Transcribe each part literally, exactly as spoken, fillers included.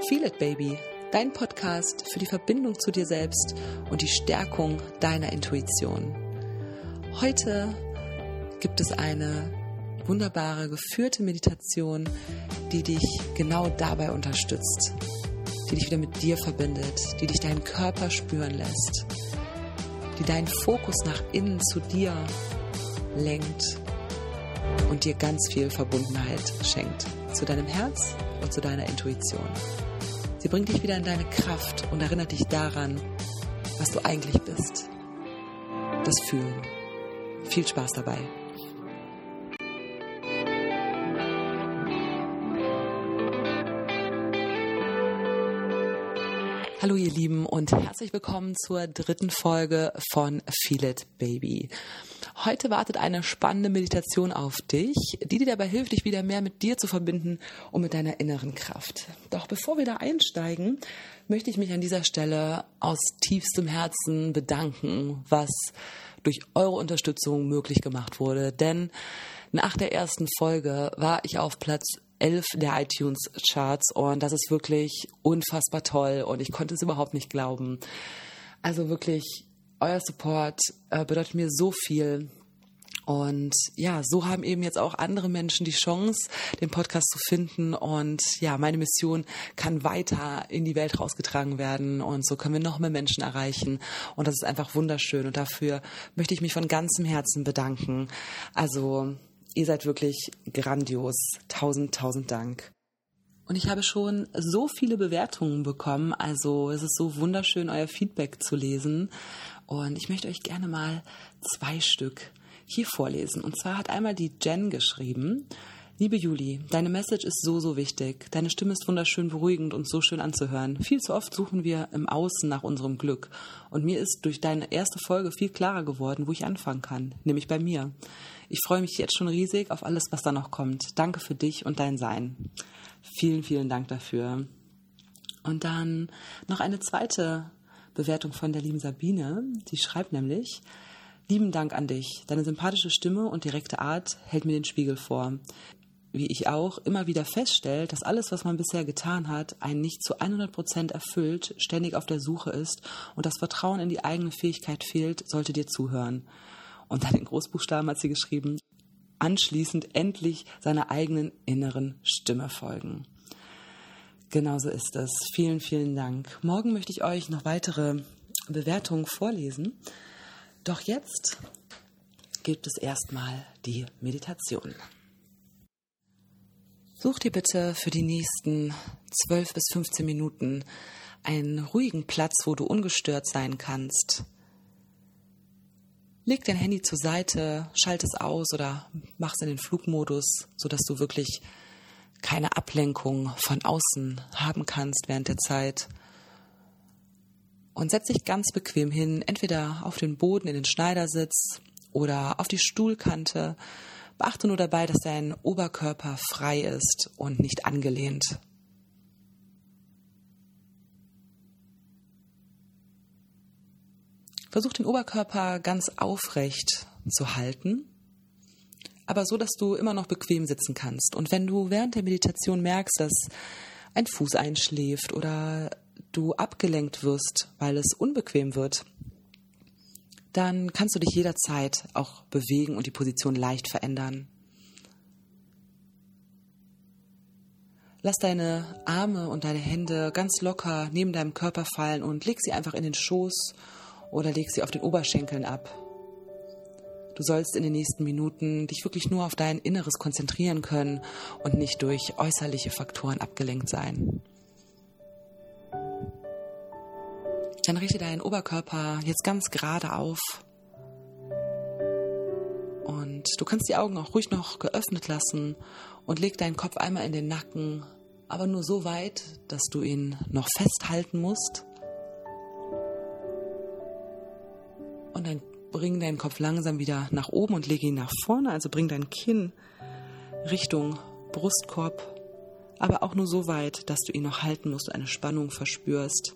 Feel It Baby, dein Podcast für die Verbindung zu dir selbst und die Stärkung deiner Intuition. Heute gibt es eine wunderbare geführte Meditation, die dich genau dabei unterstützt, die dich wieder mit dir verbindet, die dich deinen Körper spüren lässt, die deinen Fokus nach innen zu dir lenkt und dir ganz viel Verbundenheit schenkt zu deinem Herz und zu deiner Intuition. Sie bringt dich wieder in deine Kraft und erinnert dich daran, was du eigentlich bist. Das Fühlen. Viel Spaß dabei. Hallo ihr Lieben und herzlich willkommen zur dritten Folge von Feel It Baby. Heute wartet eine spannende Meditation auf dich, die dir dabei hilft, dich wieder mehr mit dir zu verbinden und mit deiner inneren Kraft. Doch bevor wir da einsteigen, möchte ich mich an dieser Stelle aus tiefstem Herzen bedanken, was durch eure Unterstützung möglich gemacht wurde. Denn nach der ersten Folge war ich auf Platz elf der iTunes-Charts und das ist wirklich unfassbar toll und ich konnte es überhaupt nicht glauben. Also wirklich, euer Support äh, bedeutet mir so viel und ja, so haben eben jetzt auch andere Menschen die Chance, den Podcast zu finden und ja, meine Mission kann weiter in die Welt rausgetragen werden und so können wir noch mehr Menschen erreichen und das ist einfach wunderschön und dafür möchte ich mich von ganzem Herzen bedanken. Also ihr seid wirklich grandios. Tausend, tausend Dank. Und ich habe schon so viele Bewertungen bekommen. Also es ist so wunderschön, euer Feedback zu lesen. Und ich möchte euch gerne mal zwei Stück hier vorlesen. Und zwar hat einmal die Jen geschrieben: Liebe Juli, deine Message ist so, so wichtig. Deine Stimme ist wunderschön beruhigend und so schön anzuhören. Viel zu oft suchen wir im Außen nach unserem Glück. Und mir ist durch deine erste Folge viel klarer geworden, wo ich anfangen kann, nämlich bei mir. Ich freue mich jetzt schon riesig auf alles, was da noch kommt. Danke für dich und dein Sein. Vielen, vielen Dank dafür. Und dann noch eine zweite Bewertung von der lieben Sabine. Die schreibt nämlich: Lieben Dank an dich. Deine sympathische Stimme und direkte Art hält mir den Spiegel vor. Wie ich auch immer wieder feststelle, dass alles, was man bisher getan hat, einen nicht zu hundert Prozent erfüllt, ständig auf der Suche ist und das Vertrauen in die eigene Fähigkeit fehlt, sollte dir zuhören. Und dann in Großbuchstaben hat sie geschrieben: Anschließend endlich seiner eigenen inneren Stimme folgen. Genauso ist es. Vielen, vielen Dank. Morgen möchte ich euch noch weitere Bewertungen vorlesen. Doch jetzt gibt es erstmal die Meditation. Such dir bitte für die nächsten zwölf bis fünfzehn Minuten einen ruhigen Platz, wo du ungestört sein kannst. Leg dein Handy zur Seite, schalt es aus oder mach es in den Flugmodus, sodass du wirklich keine Ablenkung von außen haben kannst während der Zeit. Und setz dich ganz bequem hin, entweder auf den Boden in den Schneidersitz oder auf die Stuhlkante. Beachte nur dabei, dass dein Oberkörper frei ist und nicht angelehnt. Versuch den Oberkörper ganz aufrecht zu halten, aber so, dass du immer noch bequem sitzen kannst. Und wenn du während der Meditation merkst, dass ein Fuß einschläft oder du abgelenkt wirst, weil es unbequem wird, dann kannst du dich jederzeit auch bewegen und die Position leicht verändern. Lass deine Arme und deine Hände ganz locker neben deinem Körper fallen und leg sie einfach in den Schoß oder leg sie auf den Oberschenkeln ab. Du sollst in den nächsten Minuten dich wirklich nur auf dein Inneres konzentrieren können und nicht durch äußerliche Faktoren abgelenkt sein. Dann richte deinen Oberkörper jetzt ganz gerade auf und du kannst die Augen auch ruhig noch geöffnet lassen und leg deinen Kopf einmal in den Nacken, aber nur so weit, dass du ihn noch festhalten musst. Und dann bring deinen Kopf langsam wieder nach oben und lege ihn nach vorne, also bring dein Kinn Richtung Brustkorb, aber auch nur so weit, dass du ihn noch halten musst, du eine Spannung verspürst.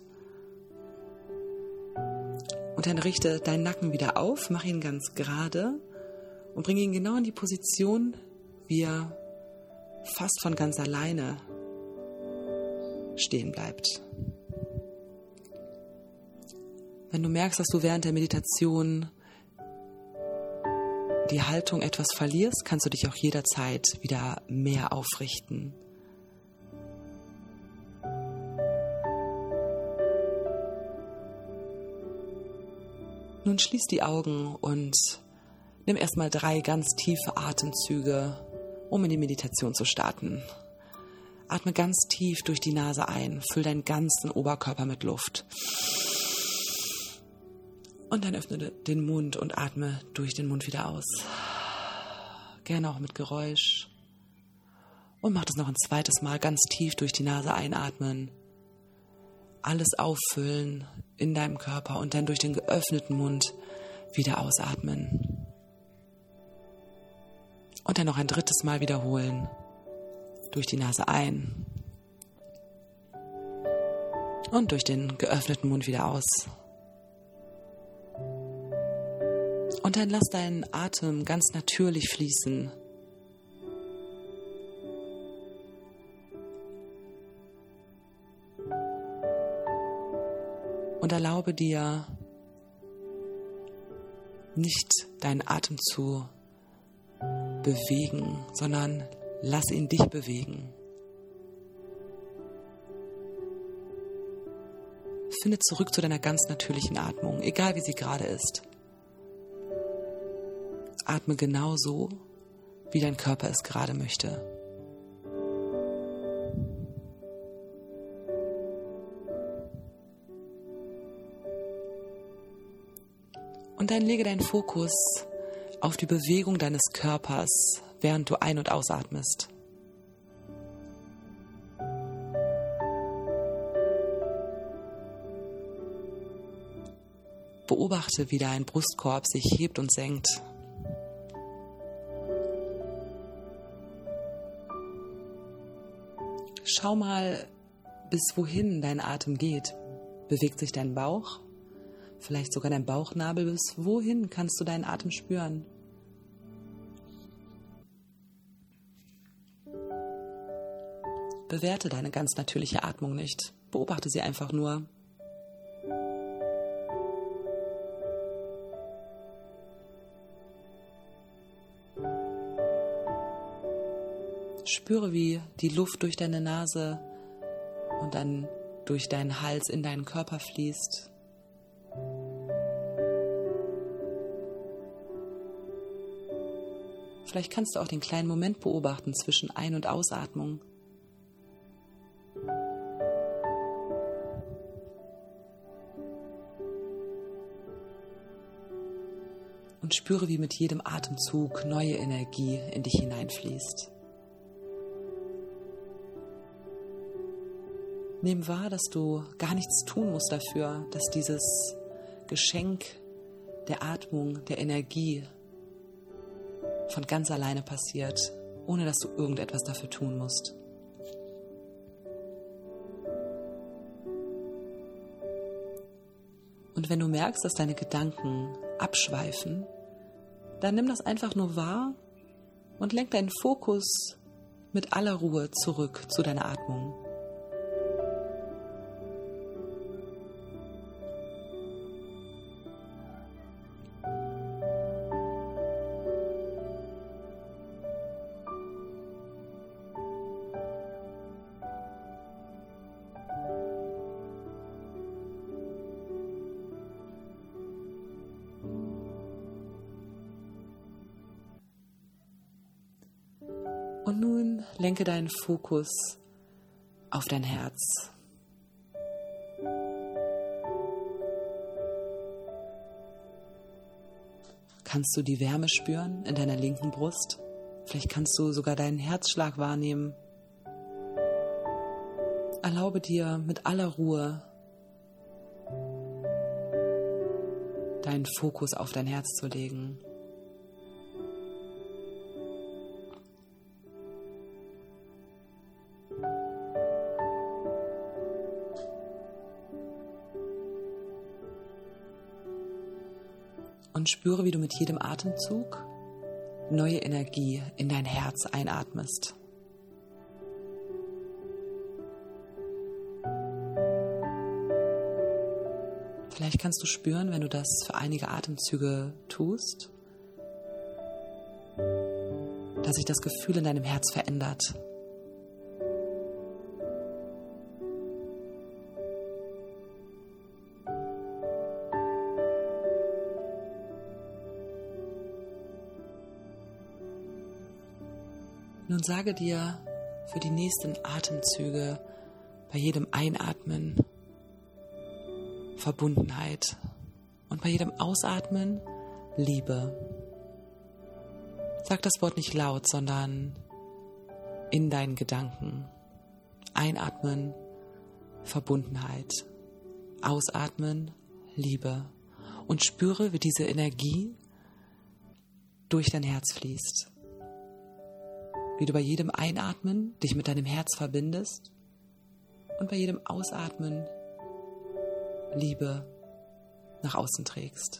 Und dann richte deinen Nacken wieder auf, mach ihn ganz gerade und bring ihn genau in die Position, wie er fast von ganz alleine stehen bleibt. Wenn du merkst, dass du während der Meditation die Haltung etwas verlierst, kannst du dich auch jederzeit wieder mehr aufrichten. Nun schließ die Augen und nimm erstmal drei ganz tiefe Atemzüge, um in die Meditation zu starten. Atme ganz tief durch die Nase ein, füll deinen ganzen Oberkörper mit Luft. Und dann öffne den Mund und atme durch den Mund wieder aus. Gerne auch mit Geräusch. Und mach das noch ein zweites Mal ganz tief durch die Nase einatmen. Alles auffüllen in deinem Körper und dann durch den geöffneten Mund wieder ausatmen. Und dann noch ein drittes Mal wiederholen. Durch die Nase ein und durch den geöffneten Mund wieder aus. Und dann lass deinen Atem ganz natürlich fließen. Und erlaube dir, nicht deinen Atem zu bewegen, sondern lass ihn dich bewegen. Finde zurück zu deiner ganz natürlichen Atmung, egal wie sie gerade ist. Atme genau so, wie dein Körper es gerade möchte. Und dann lege deinen Fokus auf die Bewegung deines Körpers, während du ein- und ausatmest. Beobachte, wie dein Brustkorb sich hebt und senkt. Schau mal, bis wohin dein Atem geht. Bewegt sich dein Bauch? Vielleicht sogar dein Bauchnabel? Bis wohin kannst du deinen Atem spüren? Bewerte deine ganz natürliche Atmung nicht. Beobachte sie einfach nur. Spüre, wie die Luft durch deine Nase und dann durch deinen Hals in deinen Körper fließt. Vielleicht kannst du auch den kleinen Moment beobachten zwischen Ein- und Ausatmung. Und spüre, wie mit jedem Atemzug neue Energie in dich hineinfließt. Nimm wahr, dass du gar nichts tun musst dafür, dass dieses Geschenk der Atmung, der Energie von ganz alleine passiert, ohne dass du irgendetwas dafür tun musst. Und wenn du merkst, dass deine Gedanken abschweifen, dann nimm das einfach nur wahr und lenk deinen Fokus mit aller Ruhe zurück zu deiner Atmung. Und nun lenke deinen Fokus auf dein Herz. Kannst du die Wärme spüren in deiner linken Brust? Vielleicht kannst du sogar deinen Herzschlag wahrnehmen. Erlaube dir mit aller Ruhe deinen Fokus auf dein Herz zu legen. Und spüre, wie du mit jedem Atemzug neue Energie in dein Herz einatmest. Vielleicht kannst du spüren, wenn du das für einige Atemzüge tust, dass sich das Gefühl in deinem Herz verändert. Nun sage dir für die nächsten Atemzüge bei jedem Einatmen Verbundenheit und bei jedem Ausatmen Liebe. Sag das Wort nicht laut, sondern in deinen Gedanken. Einatmen, Verbundenheit. Ausatmen, Liebe. Und spüre, wie diese Energie durch dein Herz fließt. Wie du bei jedem Einatmen dich mit deinem Herz verbindest und bei jedem Ausatmen Liebe nach außen trägst.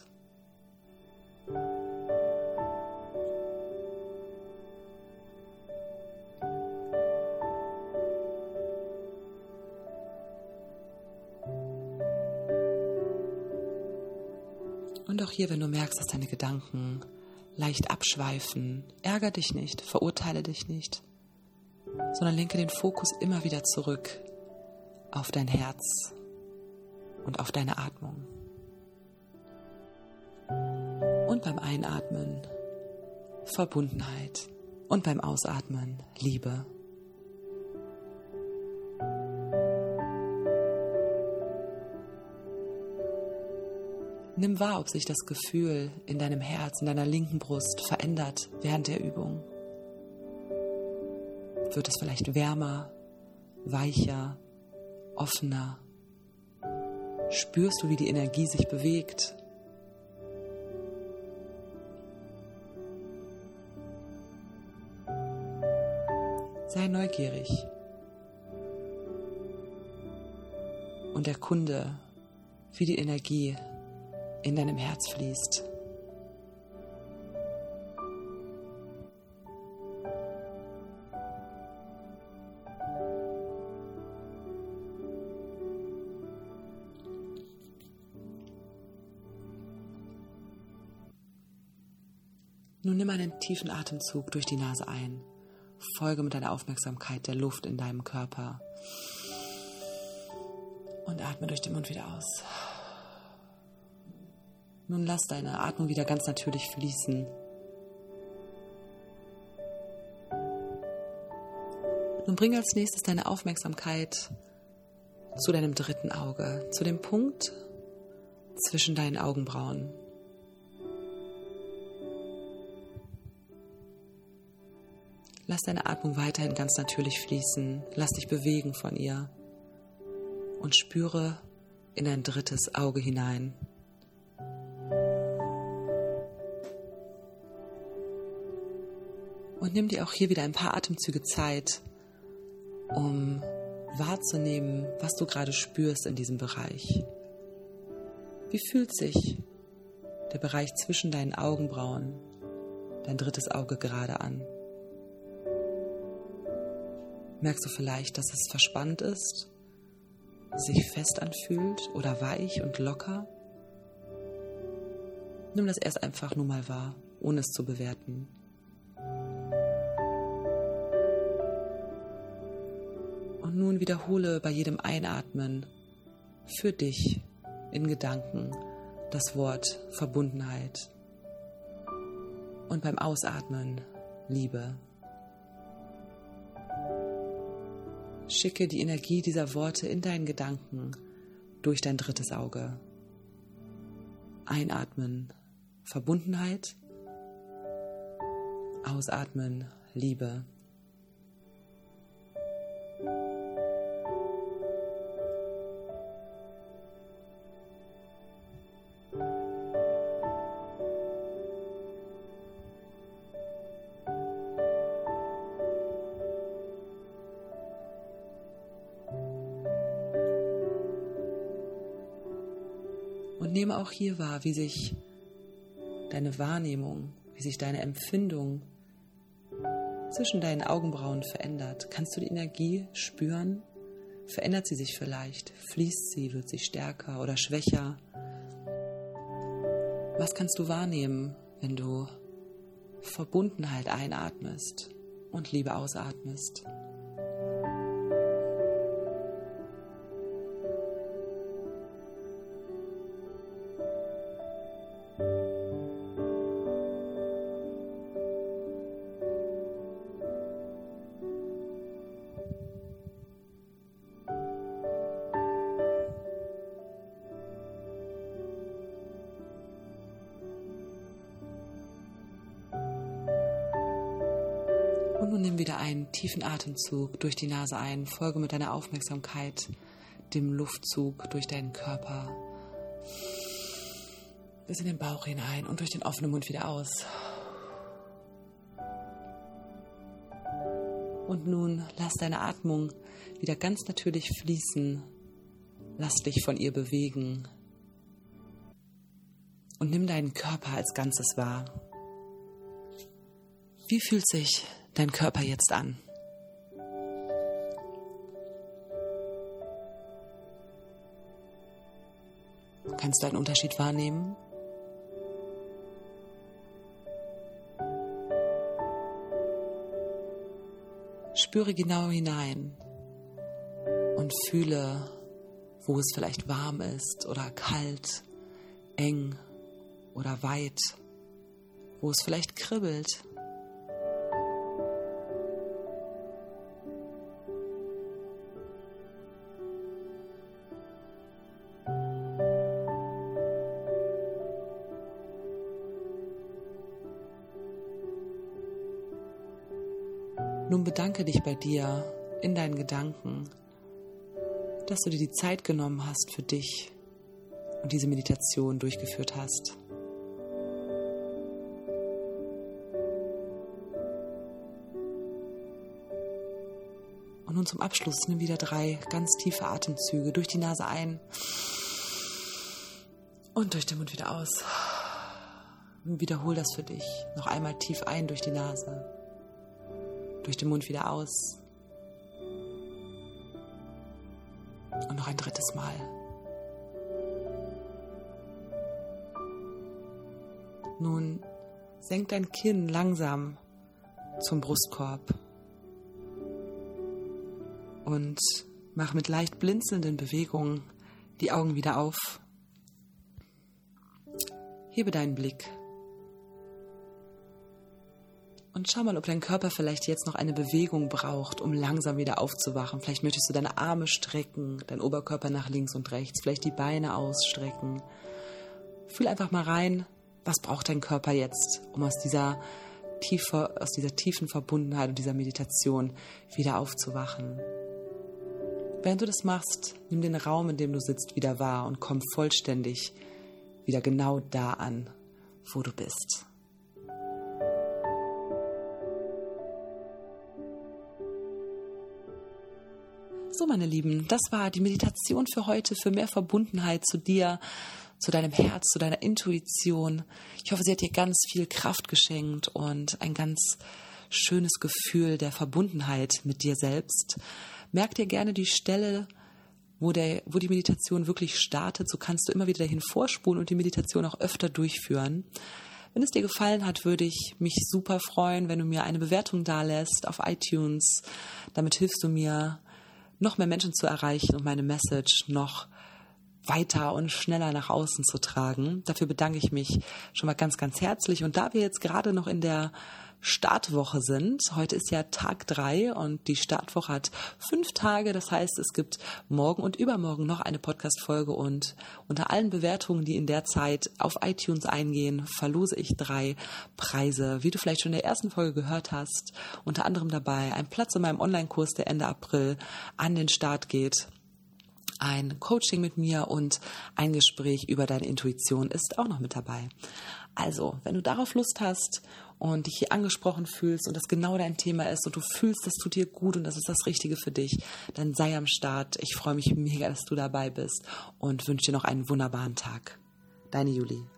Und auch hier, wenn du merkst, dass deine Gedanken leicht abschweifen, ärgere dich nicht, verurteile dich nicht, sondern lenke den Fokus immer wieder zurück auf dein Herz und auf deine Atmung. Und beim Einatmen Verbundenheit und beim Ausatmen Liebe. Nimm wahr, ob sich das Gefühl in deinem Herz, in deiner linken Brust verändert während der Übung. Wird es vielleicht wärmer, weicher, offener? Spürst du, wie die Energie sich bewegt? Sei neugierig und erkunde, wie die Energie in deinem Herz fließt. Nun nimm einen tiefen Atemzug durch die Nase ein. Folge mit deiner Aufmerksamkeit der Luft in deinem Körper. Und atme durch den Mund wieder aus. Nun lass deine Atmung wieder ganz natürlich fließen. Nun bring als nächstes deine Aufmerksamkeit zu deinem dritten Auge, zu dem Punkt zwischen deinen Augenbrauen. Lass deine Atmung weiterhin ganz natürlich fließen. Lass dich bewegen von ihr und spüre in dein drittes Auge hinein. Und nimm dir auch hier wieder ein paar Atemzüge Zeit, um wahrzunehmen, was du gerade spürst in diesem Bereich. Wie fühlt sich der Bereich zwischen deinen Augenbrauen, dein drittes Auge gerade an? Merkst du vielleicht, dass es verspannt ist, sich fest anfühlt oder weich und locker? Nimm das erst einfach nur mal wahr, ohne es zu bewerten. Und nun wiederhole bei jedem Einatmen für dich in Gedanken das Wort Verbundenheit und beim Ausatmen Liebe. Schicke die Energie dieser Worte in deinen Gedanken durch dein drittes Auge. Einatmen Verbundenheit, ausatmen Liebe. Und nehme auch hier wahr, wie sich deine Wahrnehmung, wie sich deine Empfindung zwischen deinen Augenbrauen verändert. Kannst du die Energie spüren? Verändert sie sich vielleicht? Fließt sie? Wird sie stärker oder schwächer? Was kannst du wahrnehmen, wenn du Verbundenheit einatmest und Liebe ausatmest? Und nun nimm wieder einen tiefen Atemzug durch die Nase ein. Folge mit deiner Aufmerksamkeit dem Luftzug durch deinen Körper bis in den Bauch hinein und durch den offenen Mund wieder aus. Und nun lass deine Atmung wieder ganz natürlich fließen. Lass dich von ihr bewegen. Und nimm deinen Körper als Ganzes wahr. Wie fühlt sich dein Körper jetzt an? Kannst du einen Unterschied wahrnehmen? Spüre genau hinein und fühle, wo es vielleicht warm ist oder kalt, eng oder weit, wo es vielleicht kribbelt. Nun bedanke dich bei dir in deinen Gedanken, dass du dir die Zeit genommen hast für dich und diese Meditation durchgeführt hast. Und nun zum Abschluss nimm wieder drei ganz tiefe Atemzüge durch die Nase ein und durch den Mund wieder aus. Und wiederhol das für dich. Noch einmal tief ein durch die Nase. Durch den Mund wieder aus. Und noch ein drittes Mal. Nun senk dein Kinn langsam zum Brustkorb und mach mit leicht blinzelnden Bewegungen die Augen wieder auf. Hebe deinen Blick. Und schau mal, ob dein Körper vielleicht jetzt noch eine Bewegung braucht, um langsam wieder aufzuwachen. Vielleicht möchtest du deine Arme strecken, deinen Oberkörper nach links und rechts, vielleicht die Beine ausstrecken. Fühl einfach mal rein, was braucht dein Körper jetzt, um aus dieser, tiefe, aus dieser tiefen Verbundenheit und dieser Meditation wieder aufzuwachen. Während du das machst, nimm den Raum, in dem du sitzt, wieder wahr und komm vollständig wieder genau da an, wo du bist. So, meine Lieben, das war die Meditation für heute, für mehr Verbundenheit zu dir, zu deinem Herz, zu deiner Intuition. Ich hoffe, sie hat dir ganz viel Kraft geschenkt und ein ganz schönes Gefühl der Verbundenheit mit dir selbst. Merk dir gerne die Stelle, wo, der, wo die Meditation wirklich startet. So kannst du immer wieder dahin vorspulen und die Meditation auch öfter durchführen. Wenn es dir gefallen hat, würde ich mich super freuen, wenn du mir eine Bewertung dalässt auf iTunes. Damit hilfst du mir, noch mehr Menschen zu erreichen und meine Message noch weiter und schneller nach außen zu tragen. Dafür bedanke ich mich schon mal ganz, ganz herzlich. Und da wir jetzt gerade noch in der Startwoche sind, heute ist ja Tag drei und die Startwoche hat fünf Tage. Das heißt, es gibt morgen und übermorgen noch eine Podcast-Folge und unter allen Bewertungen, die in der Zeit auf iTunes eingehen, verlose ich drei Preise. Wie du vielleicht schon in der ersten Folge gehört hast, unter anderem dabei ein Platz in meinem Online-Kurs, der Ende April an den Start geht. Ein Coaching mit mir und ein Gespräch über deine Intuition ist auch noch mit dabei. Also, wenn du darauf Lust hast und dich hier angesprochen fühlst und das genau dein Thema ist und du fühlst, das tut dir gut und das ist das Richtige für dich, dann sei am Start. Ich freue mich mega, dass du dabei bist und wünsche dir noch einen wunderbaren Tag. Deine Juli.